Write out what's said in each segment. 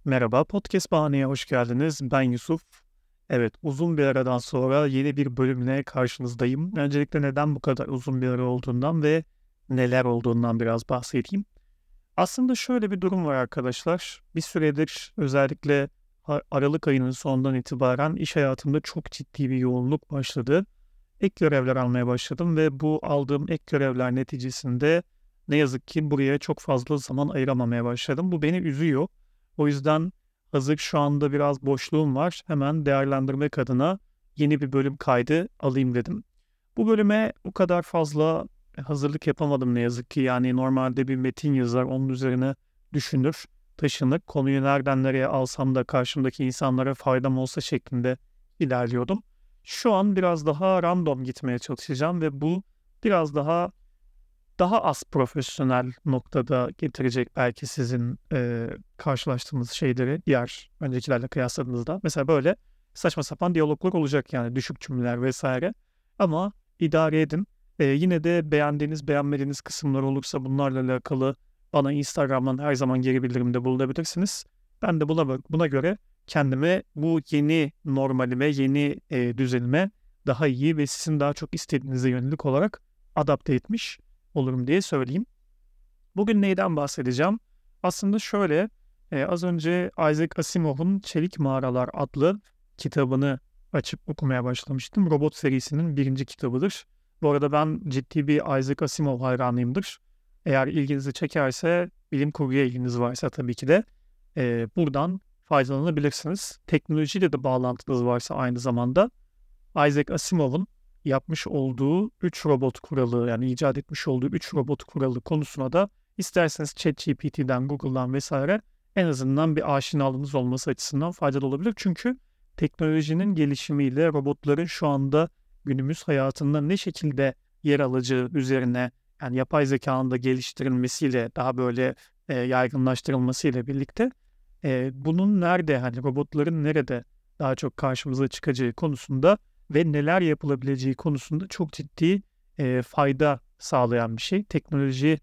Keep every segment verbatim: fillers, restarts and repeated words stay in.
Merhaba, Podcast Bahane'ye hoş geldiniz. Ben Yusuf. Evet, uzun bir aradan sonra yeni bir bölümle karşınızdayım. Öncelikle neden bu kadar uzun bir ara olduğundan ve neler olduğundan biraz bahsedeyim. Aslında şöyle bir durum var arkadaşlar. Bir süredir özellikle Ha- Aralık ayının sonundan itibaren iş hayatımda çok ciddi bir yoğunluk başladı. Ek görevler almaya başladım ve bu aldığım ek görevler neticesinde ne yazık ki buraya çok fazla zaman ayıramamaya başladım. Bu beni üzüyor. O yüzden hazır şu anda biraz boşluğum var. Hemen değerlendirmek adına yeni bir bölüm kaydı alayım dedim. Bu bölüme o kadar fazla hazırlık yapamadım ne yazık ki. Yani normalde bir metin yazar, onun üzerine düşünür, taşınır. Konuyu nereden nereye alsam da karşımdaki insanlara faydam olsa şeklinde ilerliyordum. Şu an biraz daha random gitmeye çalışacağım ve bu biraz daha daha az profesyonel noktada getirecek belki sizin e, karşılaştığınız şeyleri diğer öncekilerle kıyasladığınızda. Mesela böyle saçma sapan diyaloglar olacak, yani düşük cümleler vesaire. Ama idare edin. E, yine de beğendiğiniz, beğenmediğiniz kısımlar olursa bunlarla alakalı bana Instagram'dan her zaman geri bildirimde bulunabilirsiniz. Ben de buna buna göre kendime bu yeni normalime, yeni e, düzenime daha iyi ve sizin daha çok istediğinize yönelik olarak adapte etmiş olurum diye söyleyeyim. Bugün neyden bahsedeceğim? Aslında şöyle, e, az önce Isaac Asimov'un Çelik Mağaralar adlı kitabını açıp okumaya başlamıştım. Robot serisinin birinci kitabıdır. Bu arada ben ciddi bir Isaac Asimov hayranıyımdır. Eğer ilginizi çekerse, bilim kurguya ilginiz varsa tabii ki de e, buradan faydalanabilirsiniz. Teknolojiyle de bağlantınız varsa aynı zamanda Isaac Asimov'un yapmış olduğu üç robot kuralı, yani icat etmiş olduğu üç robot kuralı konusuna da isterseniz ChatGPT'den, Google'dan vesaire en azından bir aşinalığınız olması açısından faydalı olabilir. Çünkü teknolojinin gelişimiyle robotların şu anda günümüz hayatında ne şekilde yer alacağı üzerine, yani yapay zekanın da geliştirilmesiyle, daha böyle e, yaygınlaştırılmasıyla birlikte e, bunun nerede, hani robotların nerede daha çok karşımıza çıkacağı konusunda ve neler yapılabileceği konusunda çok ciddi e, fayda sağlayan bir şey. Teknolojiyi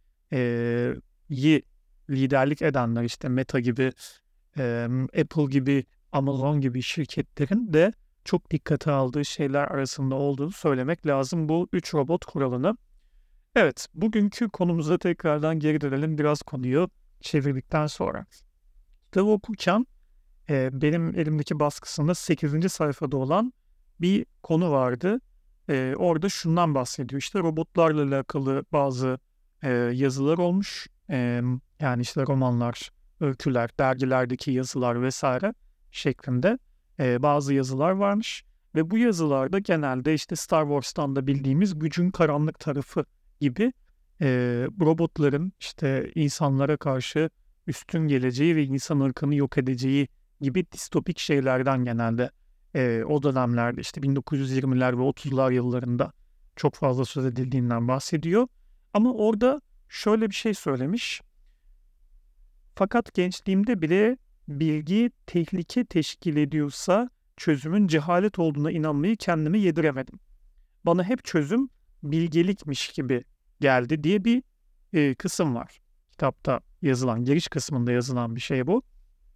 liderlik edenler, işte Meta gibi, e, Apple gibi, Amazon gibi şirketlerin de çok dikkate aldığı şeyler arasında olduğunu söylemek lazım bu üç robot kuralını. Evet, bugünkü konumuza tekrardan geri dönelim biraz konuyu çevirdikten sonra. Kitabı okurken e, benim elimdeki baskısında sekizinci sayfada olan bir konu vardı. E, orada şundan bahsediyor. İşte robotlarla alakalı bazı e, yazılar olmuş. E, yani işte romanlar, öyküler, dergilerdeki yazılar vesaire şeklinde e, bazı yazılar varmış. Ve bu yazılarda genelde işte Star Wars'tan da bildiğimiz gücün karanlık tarafı gibi e, robotların işte insanlara karşı üstün geleceği ve insan ırkını yok edeceği gibi distopik şeylerden genelde e, o dönemlerde işte bin dokuz yüz yirmiler ve otuzlar yıllarında çok fazla söz edildiğinden bahsediyor. Ama orada şöyle bir şey söylemiş. Fakat gençliğimde bile bilgi tehlike teşkil ediyorsa çözümün cehalet olduğuna inanmayı kendime yediremedim. Bana hep çözüm bilgelikmiş gibi geldi diye bir e, kısım var. Kitapta yazılan, giriş kısmında yazılan bir şey bu.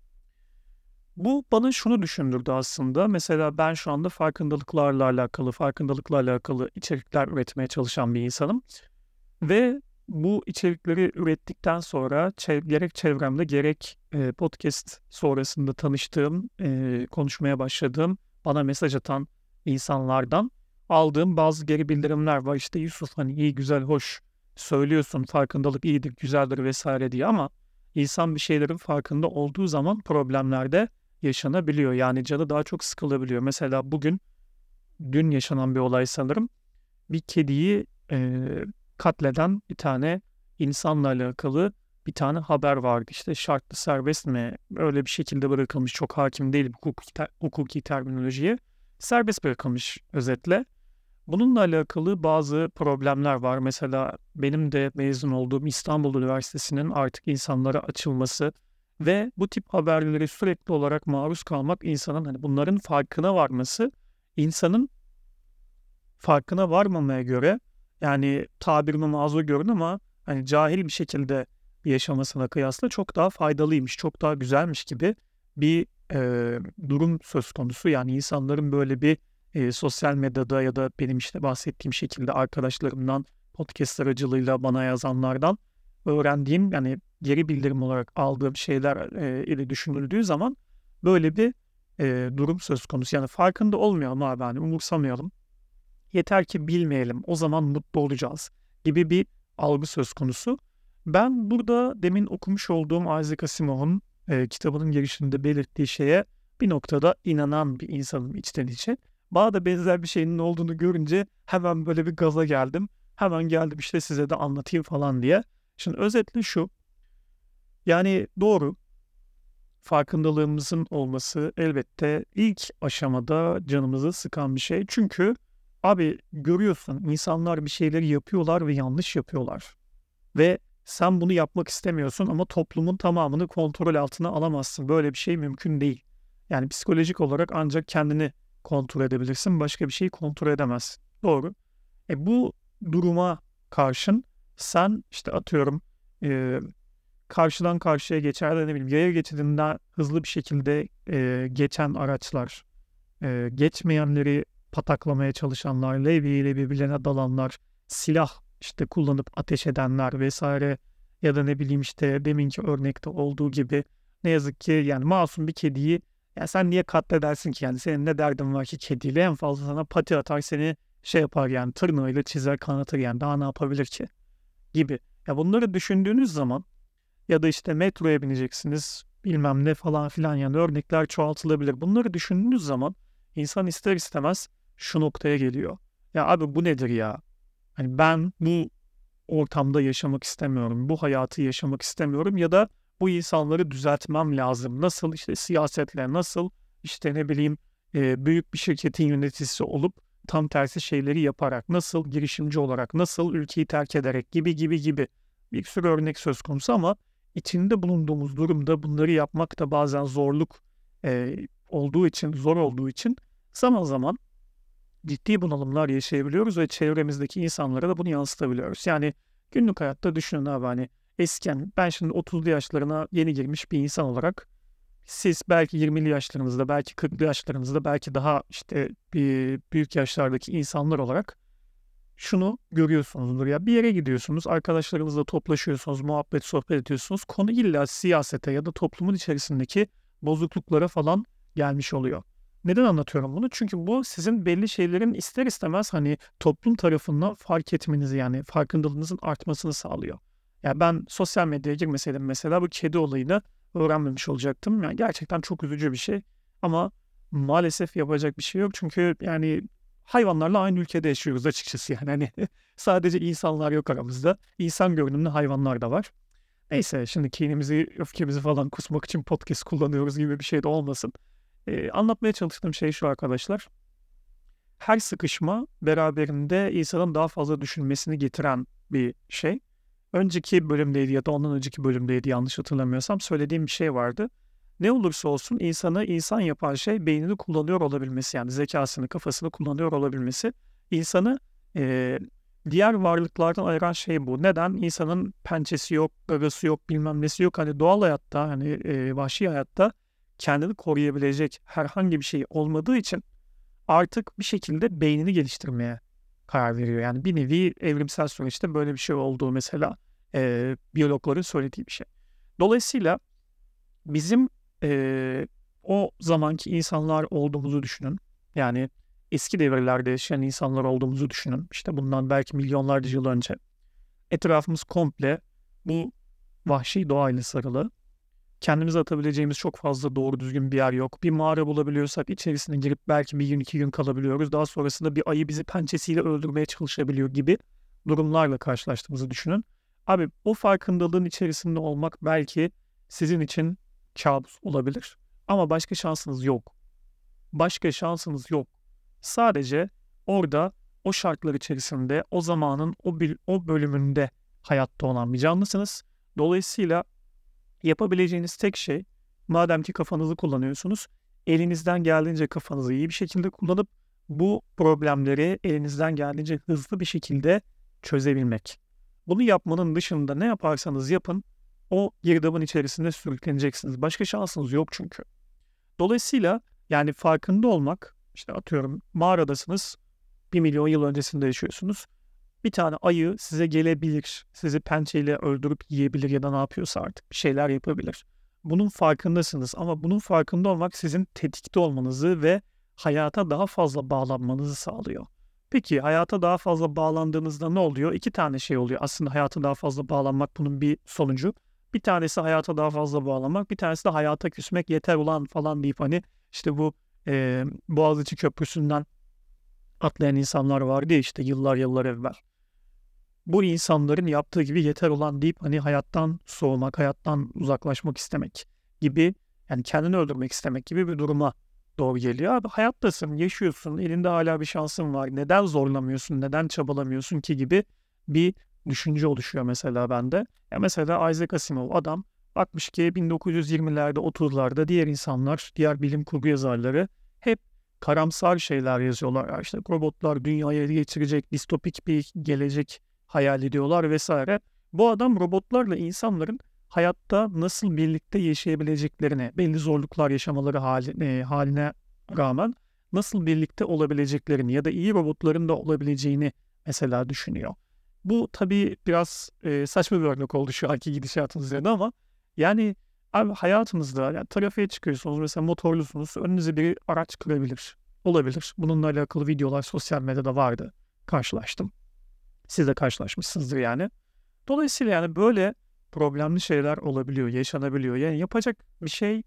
Bu bana şunu düşündürdü aslında. Mesela ben şu anda farkındalıklarla alakalı, farkındalıkla alakalı içerikler üretmeye çalışan bir insanım. Ve bu içerikleri ürettikten sonra çev- gerek çevremde gerek e, podcast sonrasında tanıştığım, e, konuşmaya başladığım, bana mesaj atan insanlardan aldığım bazı geri bildirimler var. İşte Yusuf, hani iyi güzel hoş söylüyorsun, farkındalık iyidir, güzeldir vesaire diye, ama insan bir şeylerin farkında olduğu zaman problemler de yaşanabiliyor. Yani canı daha çok sıkılabiliyor. Mesela bugün, dün yaşanan bir olay sanırım. Bir kediyi e, katleden bir tane insanla alakalı bir tane haber vardı. İşte şartlı serbest mi, öyle bir şekilde bırakılmış, çok hakim değilim hukuki, ter- hukuki terminolojiye. Serbest bırakılmış özetle. Bununla alakalı bazı problemler var. Mesela benim de mezun olduğum İstanbul Üniversitesi'nin artık insanlara açılması ve bu tip haberlere sürekli olarak maruz kalmak, insanın hani bunların farkına varması, insanın farkına varmamaya göre, yani tabirime mazur görün ama hani cahil bir şekilde yaşamasına kıyasla çok daha faydalıymış, çok daha güzelmiş gibi bir eee, durum söz konusu. Yani insanların böyle bir eee, sosyal medyada ya da benim işte bahsettiğim şekilde arkadaşlarımdan, podcast aracılığıyla bana yazanlardan öğrendiğim, yani geri bildirim olarak aldığım şeyler eee, ile düşünüldüğü zaman böyle bir eee, durum söz konusu. Yani farkında olmayalım abi, hani umursamayalım. Yeter ki bilmeyelim, o zaman mutlu olacağız gibi bir algı söz konusu. Ben burada demin okumuş olduğum Isaac Asimov'un e, kitabının girişinde belirttiği şeye bir noktada inanan bir insanım içten içe. Bana da benzer bir şeyin olduğunu görünce hemen böyle bir gaza geldim. Hemen geldim işte size de anlatayım falan diye. Şimdi özetle şu, yani doğru, farkındalığımızın olması elbette ilk aşamada canımızı sıkan bir şey. Çünkü abi görüyorsun, insanlar bir şeyleri yapıyorlar ve yanlış yapıyorlar. Ve sen bunu yapmak istemiyorsun ama toplumun tamamını kontrol altına alamazsın. Böyle bir şey mümkün değil. Yani psikolojik olarak ancak kendini kontrol edebilirsin. Başka bir şeyi kontrol edemezsin. Doğru. E bu duruma karşın sen işte atıyorum e, karşıdan karşıya geçer de ne bileyim yaya geçidinden hızlı bir şekilde e, geçen araçlar, e, geçmeyenleri pataklamaya çalışanlar, levyeyle birbirlerine dalanlar, silah işte kullanıp ateş edenler vesaire ya da ne bileyim işte deminki örnekte olduğu gibi ne yazık ki yani masum bir kediyi, ya sen niye katledersin ki, yani senin ne derdin var ki kediyle, en fazla sana pati atar, seni şey yapar yani tırnağıyla çizer kanatır, yani daha ne yapabilir ki gibi. Ya bunları düşündüğünüz zaman ya da işte metroya bineceksiniz bilmem ne falan filan, yani örnekler çoğaltılabilir. Bunları düşündüğünüz zaman insan ister istemez şu noktaya geliyor. Ya abi bu nedir ya? Hani ben bu ortamda yaşamak istemiyorum. Bu hayatı yaşamak istemiyorum ya da bu insanları düzeltmem lazım. Nasıl işte siyasetle, nasıl işte ne bileyim e, büyük bir şirketin yöneticisi olup tam tersi şeyleri yaparak, nasıl girişimci olarak, nasıl ülkeyi terk ederek gibi gibi gibi bir sürü örnek söz konusu ama içinde bulunduğumuz durumda bunları yapmak da bazen zorluk e, olduğu için, zor olduğu için zaman zaman ciddi bunalımlar yaşayabiliyoruz ve çevremizdeki insanlara da bunu yansıtabiliyoruz. Yani günlük hayatta düşünün abi, hani eskiden ben şimdi otuzlu yaşlarına yeni girmiş bir insan olarak, siz belki yirmili yaşlarınızda, belki kırklı yaşlarınızda, belki daha işte bir büyük yaşlardaki insanlar olarak şunu görüyorsunuzdur ya, bir yere gidiyorsunuz, arkadaşlarınızla toplaşıyorsunuz, muhabbet, sohbet ediyorsunuz. Konu illa siyasete ya da toplumun içerisindeki bozukluklara falan gelmiş oluyor. Neden anlatıyorum bunu? Çünkü bu sizin belli şeylerin ister istemez hani toplum tarafından fark etmenizi, yani farkındalığınızın artmasını sağlıyor. Ya ben sosyal medyaya girmeseydim mesela bu kedi olayını öğrenmemiş olacaktım. Yani gerçekten çok üzücü bir şey. Ama maalesef yapacak bir şey yok. Çünkü yani hayvanlarla aynı ülkede yaşıyoruz açıkçası, yani hani sadece insanlar yok aramızda. İnsan görünümlü hayvanlar da var. Neyse, şimdi kinimizi, öfkemizi falan kusmak için podcast kullanıyoruz gibi bir şey de olmasın. Ee, anlatmaya çalıştığım şey şu arkadaşlar. Her sıkışma beraberinde insanın daha fazla düşünmesini getiren bir şey. Önceki bölümdeydi ya da ondan önceki bölümdeydi yanlış hatırlamıyorsam, söylediğim bir şey vardı. Ne olursa olsun insanı insan yapan şey beynini kullanıyor olabilmesi, yani zekasını, kafasını kullanıyor olabilmesi. İnsanı eee, diğer varlıklardan ayıran şey bu. Neden? İnsanın pençesi yok, gagası yok, bilmem nesi yok. Hani doğal hayatta, hani eee, vahşi hayatta kendini koruyabilecek herhangi bir şey olmadığı için artık bir şekilde beynini geliştirmeye karar veriyor. Yani bir nevi evrimsel süreçte böyle bir şey olduğu mesela eee biyologların söylediği bir şey. Dolayısıyla bizim eee, o zamanki insanlar olduğumuzu düşünün. Yani eski devirlerde yaşayan insanlar olduğumuzu düşünün. İşte bundan belki milyonlarca yıl önce. Etrafımız komple bu vahşi doğayla sarılı. Kendimize atabileceğimiz çok fazla doğru düzgün bir yer yok. Bir mağara bulabiliyorsak içerisine girip belki bir gün iki gün kalabiliyoruz. Daha sonrasında bir ayı bizi pençesiyle öldürmeye çalışabiliyor gibi durumlarla karşılaştığımızı düşünün. Abi o farkındalığın içerisinde olmak belki sizin için kabus olabilir. Ama başka şansınız yok. Başka şansınız yok. Sadece orada o şartlar içerisinde o zamanın o, bir, o bölümünde hayatta olan bir canlısınız. Dolayısıyla yapabileceğiniz tek şey, madem ki kafanızı kullanıyorsunuz, elinizden geldiğince kafanızı iyi bir şekilde kullanıp bu problemleri elinizden geldiğince hızlı bir şekilde çözebilmek. Bunu yapmanın dışında ne yaparsanız yapın, o girdabın içerisinde sürükleneceksiniz. Başka şansınız yok çünkü. Dolayısıyla yani farkında olmak, işte atıyorum mağaradasınız, bir milyon yıl öncesinde yaşıyorsunuz. Bir tane ayı size gelebilir, sizi pençeyle öldürüp yiyebilir ya da ne yapıyorsa artık bir şeyler yapabilir. Bunun farkındasınız ama bunun farkında olmak sizin tetikte olmanızı ve hayata daha fazla bağlanmanızı sağlıyor. Peki hayata daha fazla bağlandığınızda ne oluyor? İki tane şey oluyor. Aslında hayata daha fazla bağlanmak bunun bir sonucu. Bir tanesi hayata daha fazla bağlanmak, bir tanesi de hayata küsmek, yeter ulan falan deyip hani işte bu e, Boğaziçi Köprüsü'nden atlayan insanlar vardı ya işte yıllar yıllar evvel. Bu insanların yaptığı gibi yeter ulan deyip hani hayattan soğumak, hayattan uzaklaşmak istemek gibi, yani kendini öldürmek istemek gibi bir duruma doğru geliyor. Abi hayattasın, yaşıyorsun, elinde hala bir şansın var. Neden zorlamıyorsun, neden çabalamıyorsun ki gibi bir düşünce oluşuyor mesela bende. Ya mesela Isaac Asimov adam bakmış ki bin dokuz yüz yirmilerde, otuzlarda diğer insanlar, diğer bilim kurgu yazarları hep karamsar şeyler yazıyorlar. Ya işte robotlar dünyayı ele geçirecek, distopik bir gelecek hayal ediyorlar vesaire. Bu adam robotlarla insanların hayatta nasıl birlikte yaşayabileceklerini, belli zorluklar yaşamaları hali, e, haline rağmen nasıl birlikte olabileceklerini ya da iyi robotların da olabileceğini mesela düşünüyor. Bu tabii biraz e, saçma bir örnek oldu şu anki gidişatın üzerine ama yani abi hayatınızda yani trafiğe çıkıyorsunuz mesela motorlusunuz, önünüze bir araç kırabilir. Olabilir. Bununla alakalı videolar sosyal medyada vardı. Karşılaştım. Siz de karşılaşmışsınızdır yani. Dolayısıyla yani böyle problemli şeyler olabiliyor, yaşanabiliyor. Yani yapacak bir şey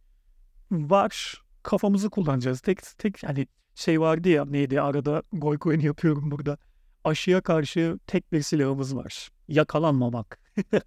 var. Kafamızı kullanacağız. Tek tek yani şey vardı ya, neydi, arada goy goyunu yapıyorum burada. Aşıya karşı tek bir silahımız var. Yakalanmamak.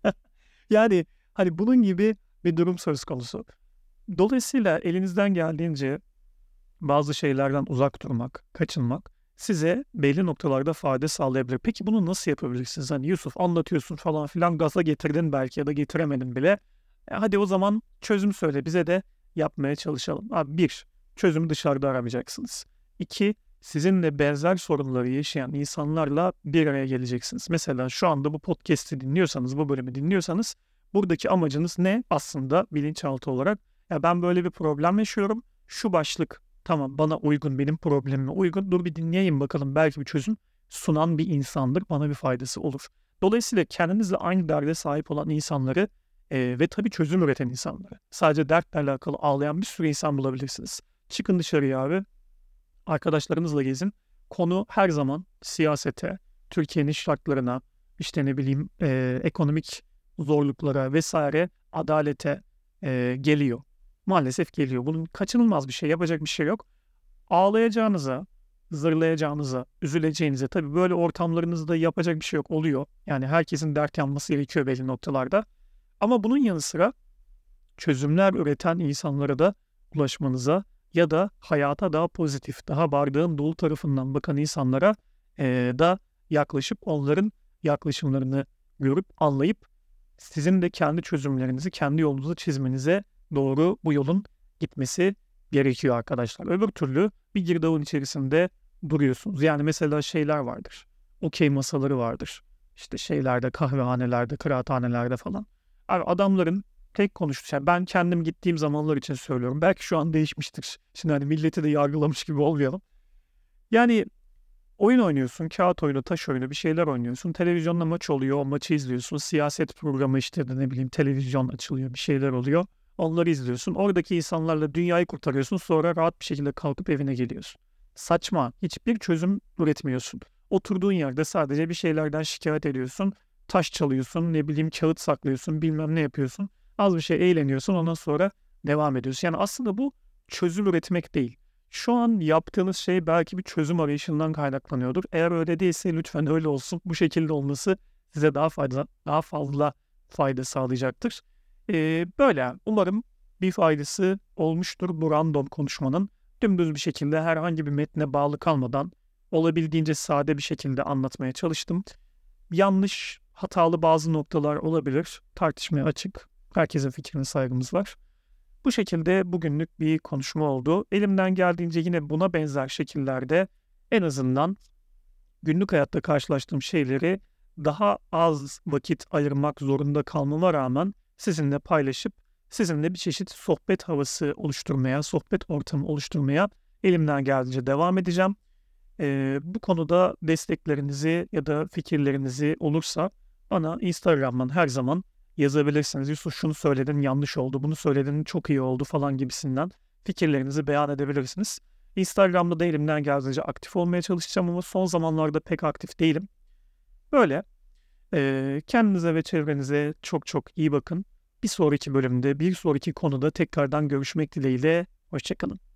Yani hani bunun gibi bir durum söz konusu. Dolayısıyla elinizden geldiğince bazı şeylerden uzak durmak, kaçınmak size belli noktalarda fayda sağlayabilir. Peki bunu nasıl yapabilirsiniz? Hani Yusuf anlatıyorsun falan filan, gaza getirdin belki ya da getiremedin bile. E hadi o zaman çözüm söyle, bize de yapmaya çalışalım. Abi bir, çözümü dışarıda aramayacaksınız. İki, sizinle benzer sorunları yaşayan insanlarla bir araya geleceksiniz. Mesela şu anda bu podcast'i dinliyorsanız, bu bölümü dinliyorsanız buradaki amacınız ne? Aslında bilinçaltı olarak ya ben böyle bir problem yaşıyorum. Şu başlık tamam bana uygun, benim problemime uygun. Dur bir dinleyeyim bakalım, belki bir çözüm sunan bir insandır, bana bir faydası olur. Dolayısıyla kendinizle aynı derde sahip olan insanları e, ve tabii çözüm üreten insanları, sadece dertle alakalı ağlayan bir sürü insan bulabilirsiniz. Çıkın dışarıya abi, arkadaşlarınızla gezin. Konu her zaman siyasete, Türkiye'nin şartlarına, işte ne bileyim e, ekonomik zorluklara vesaire, adalete e, geliyor. Maalesef geliyor. Bunun kaçınılmaz bir şey, yapacak bir şey yok. Ağlayacağınıza, zırlayacağınıza, üzüleceğinize, tabii böyle ortamlarınızda yapacak bir şey yok, oluyor. Yani herkesin dert yanması gerekiyor belli noktalarda. Ama bunun yanı sıra çözümler üreten insanlara da ulaşmanıza ya da hayata daha pozitif, daha bardağın dolu tarafından bakan insanlara eee, da yaklaşıp onların yaklaşımlarını görüp anlayıp sizin de kendi çözümlerinizi, kendi yolunuzu çizmenize doğru bu yolun gitmesi gerekiyor arkadaşlar. Öbür türlü bir girdabın içerisinde duruyorsunuz. Yani mesela şeyler vardır. Okey masaları vardır. İşte şeylerde, kahvehanelerde, kıraathanelerde falan. Abi adamların tek konuştuğu şey, ben kendim gittiğim zamanlar için söylüyorum. Belki şu an değişmiştir. Şimdi hani milleti de yargılamış gibi olmayalım. Yani oyun oynuyorsun, kağıt oyunu, taş oyunu bir şeyler oynuyorsun. Televizyonda maç oluyor, o maçı izliyorsun. Siyaset programı işte de ne bileyim televizyon açılıyor, bir şeyler oluyor. Onları izliyorsun. Oradaki insanlarla dünyayı kurtarıyorsun. Sonra rahat bir şekilde kalkıp evine geliyorsun. Saçma. Hiçbir çözüm üretmiyorsun. Oturduğun yerde sadece bir şeylerden şikayet ediyorsun. Taş çalıyorsun, ne bileyim kağıt saklıyorsun, bilmem ne yapıyorsun. Az bir şey eğleniyorsun, ondan sonra devam ediyorsun. Yani aslında bu çözüm üretmek değil. Şu an yaptığınız şey belki bir çözüm arayışından kaynaklanıyordur. Eğer öyle değilse lütfen öyle olsun. Bu şekilde olması size daha fayda, daha fazla fayda sağlayacaktır. Ee, böyle. Umarım bir faydası olmuştur bu random konuşmanın. Dümdüz bir şekilde herhangi bir metne bağlı kalmadan olabildiğince sade bir şekilde anlatmaya çalıştım. Yanlış, hatalı bazı noktalar olabilir. Tartışmaya açık. Herkesin fikrine saygımız var. Bu şekilde bugünlük bir konuşma oldu. Elimden geldiğince yine buna benzer şekillerde en azından günlük hayatta karşılaştığım şeyleri daha az vakit ayırmak zorunda kalmama rağmen sizinle paylaşıp sizinle bir çeşit sohbet havası oluşturmaya, sohbet ortamı oluşturmaya elimden geldiğince devam edeceğim. Eee, bu konuda desteklerinizi ya da fikirlerinizi olursa bana Instagram'dan her zaman yazabilirsiniz. Yusuf şunu söyledin yanlış oldu, bunu söyledin çok iyi oldu falan gibisinden fikirlerinizi beyan edebilirsiniz. Instagram'da da elimden geldiğince aktif olmaya çalışacağım ama son zamanlarda pek aktif değilim. Böyle. Eee, kendinize ve çevrenize çok çok iyi bakın. Bir sonraki bölümde, bir sonraki konuda tekrardan görüşmek dileğiyle. Hoşça kalın.